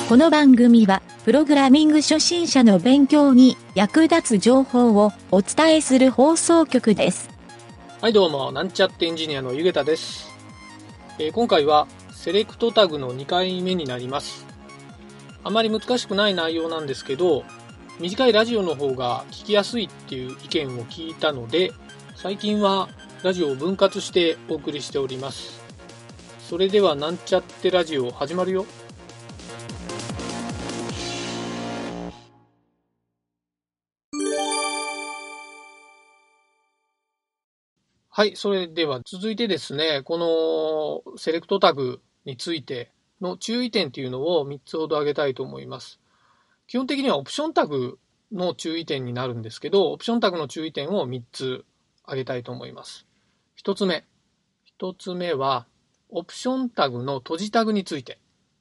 この番組はプログラミング初心者の勉強に役立つ情報をお伝えする放送局です。 はい、どうもなんちゃってエンジニアのゆげたです。今回はセレクトタグの2回目になります。あまり難しくない内容なんですけど、短いラジオの方が聞きやすいっていう意見を聞いたので、最近はラジオを分割してお送りしております。それではなんちゃってラジオ始まるよ。はい、それでは続いてですね、このセレクトタグについての注意点というのを3つほど挙げたいと思います。基本的にはオプションタグの注意点になるんですけど、オプションタグの注意点を3つ挙げたいと思います。1つ目は、オプションタグの閉じタグについて。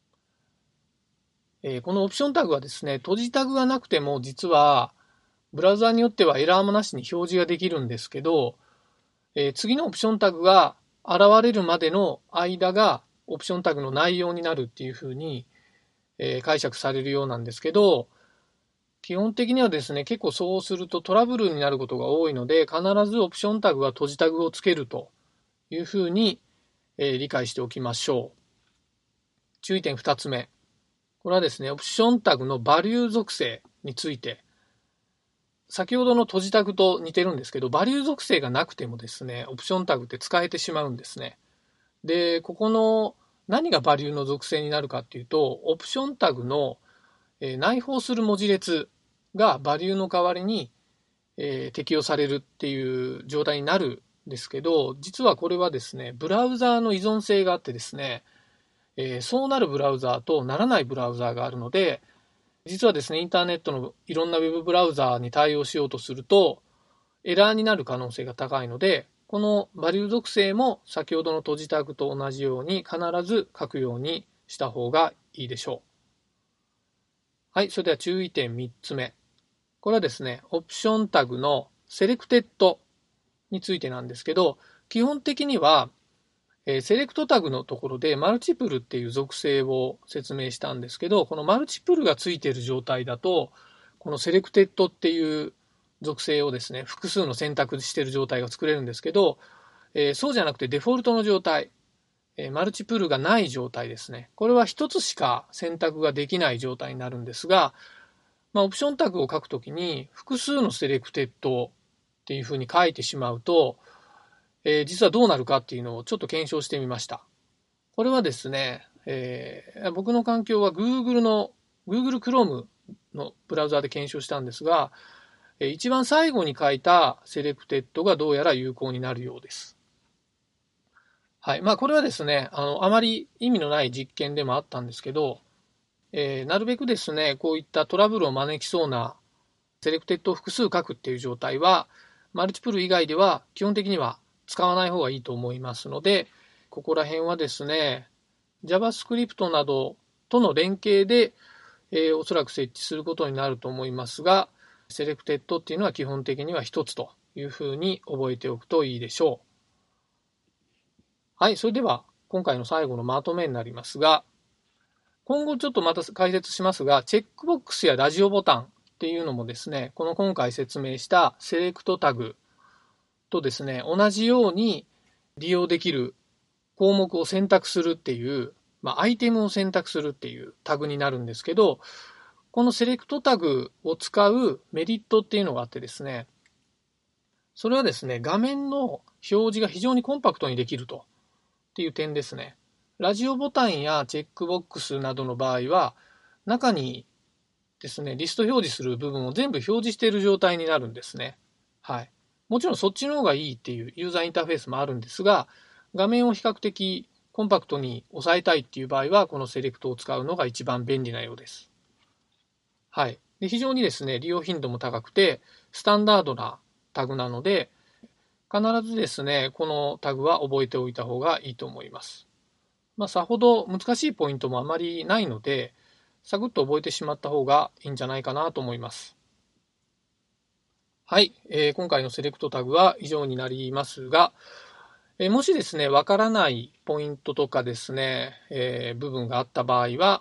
このオプションタグはですね、閉じタグがなくても実はブラウザーによってはエラーもなしに表示ができるんですけど、次のオプションタグが現れるまでの間がオプションタグの内容になるっていうふうに、解釈されるようなんですけど、基本的にはですね、結構そうするとトラブルになることが多いので、必ずオプションタグは閉じタグをつけるというふうに、理解しておきましょう。注意点2つ目。これはですね、オプションタグのバリュー属性について、先ほどの閉じタグと似てるんですけど、バリュー属性がなくてもですね、オプションタグって使えてしまうんですね。で、ここの何がバリューの属性になるかっていうと、オプションタグの内包する文字列がバリューの代わりに、適用されるっていう状態になるんですけど、実はこれはですね、ブラウザーの依存性があってですね、そうなるブラウザーとならないブラウザーがあるので、実はですね、インターネットのいろんなウェブブラウザーに対応しようとすると、エラーになる可能性が高いので、このバリュー属性も先ほどの閉じタグと同じように必ず書くようにした方がいいでしょう。はい、それでは注意点3つ目。これはですね、オプションタグのセレクテッドについてなんですけど、基本的には、セレクトタグのところでマルチプルっていう属性を説明したんですけど、このマルチプルがついている状態だと、このセレクテッドっていう属性をですね、複数の選択している状態が作れるんですけど、そうじゃなくてデフォルトの状態、マルチプルがない状態ですね。これは一つしか選択ができない状態になるんですが、オプションタグを書くときに複数のセレクテッドっていうふうに書いてしまうと、実はどうなるかっていうのをちょっと検証してみました。これはですね、僕の環境は Google Chrome のブラウザーで検証したんですが、一番最後に書いたセレクテッドがどうやら有効になるようです。はい。これはですね、あまり意味のない実験でもあったんですけど、なるべくですね、こういったトラブルを招きそうなセレクテッドを複数書くっていう状態は、マルチプル以外では基本的には使わない方がいいと思いますので、ここら辺はですね、JavaScript などとの連携で、おそらく設置することになると思いますが、セレクテッドっていうのは基本的には一つというふうに覚えておくといいでしょう。はい、それでは今回の最後のまとめになりますが、今後ちょっとまた解説しますが、チェックボックスやラジオボタンっていうのもですね、この今回説明したセレクトタグとですね、同じように利用できる項目を選択するっていう、アイテムを選択するっていうタグになるんですけど、このセレクトタグを使うメリットっていうのがあってですね、それはですね、画面の表示が非常にコンパクトにできるとっていう点ですね。ラジオボタンやチェックボックスなどの場合は、中にですね、リスト表示する部分を全部表示している状態になるんですね。はい。もちろんそっちの方がいいっていうユーザーインターフェースもあるんですが、画面を比較的コンパクトに抑えたいっていう場合は、このセレクトを使うのが一番便利なようです。はい。で、非常にですね、利用頻度も高くて、スタンダードなタグなので、必ずですね、このタグは覚えておいた方がいいと思います。さほど難しいポイントもあまりないので、サクッと覚えてしまった方がいいんじゃないかなと思います。はい、今回のセレクトタグは以上になりますが、もしですね、わからないポイントとかですね、部分があった場合は、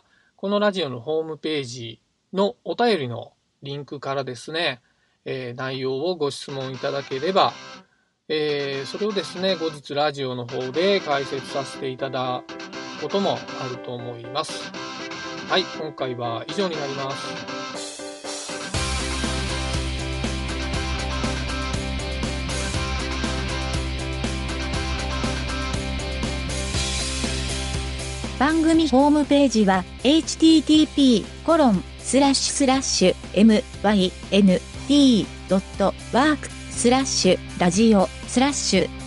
このラジオのホームページのお便りのリンクからですね、内容をご質問いただければ、それをですね、後日ラジオの方で解説させていただくこともあると思います。はい、今回は以上になります。 番組ホームページは http://myn.t.work/ラジオ/